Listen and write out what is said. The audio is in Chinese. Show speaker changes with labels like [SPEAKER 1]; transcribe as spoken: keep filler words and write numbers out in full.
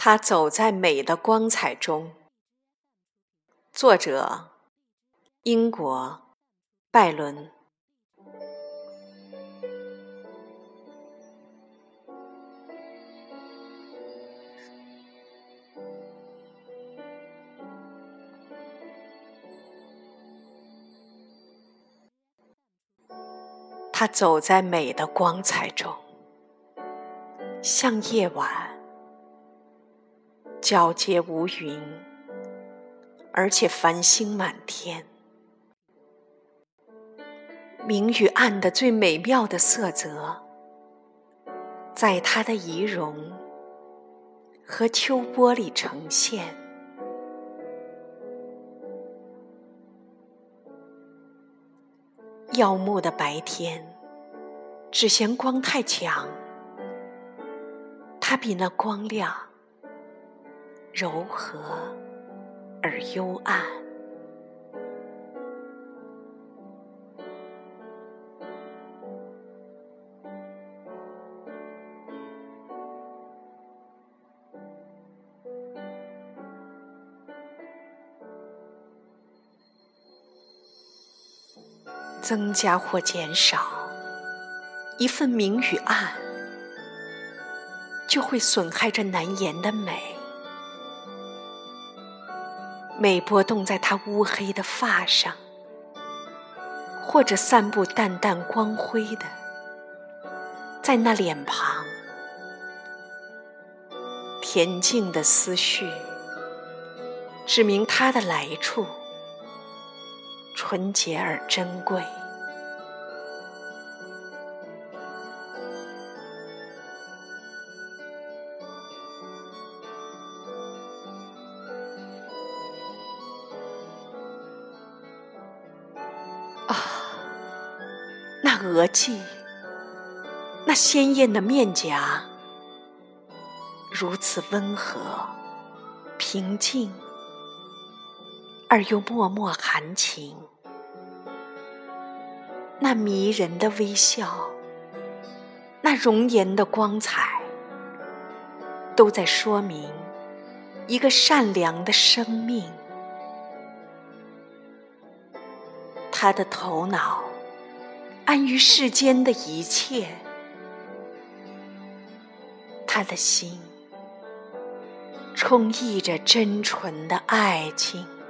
[SPEAKER 1] 他走在美的光彩中。作者：英国拜伦。他走在美的光彩中，像夜晚，皎洁无云，而且繁星满天。明与暗的最美妙的色泽，在他的仪容和秋波里呈现。耀目的白天，只嫌光太强，它比那光亮，柔和而幽暗。增加或减少一份明与暗，就会损害这难言的美。美波动在她乌黑的发上，或者散布淡淡光辉的在那脸庞。恬静的思绪指明它的来处，纯洁而珍贵。啊，那额际，那鲜艳的面颊，如此温和、平静，而又脉脉含情。那迷人的微笑，那容颜的光彩，都在说明一个善良的生命。他的头脑安于世间的一切，他的心充溢着真纯的爱情。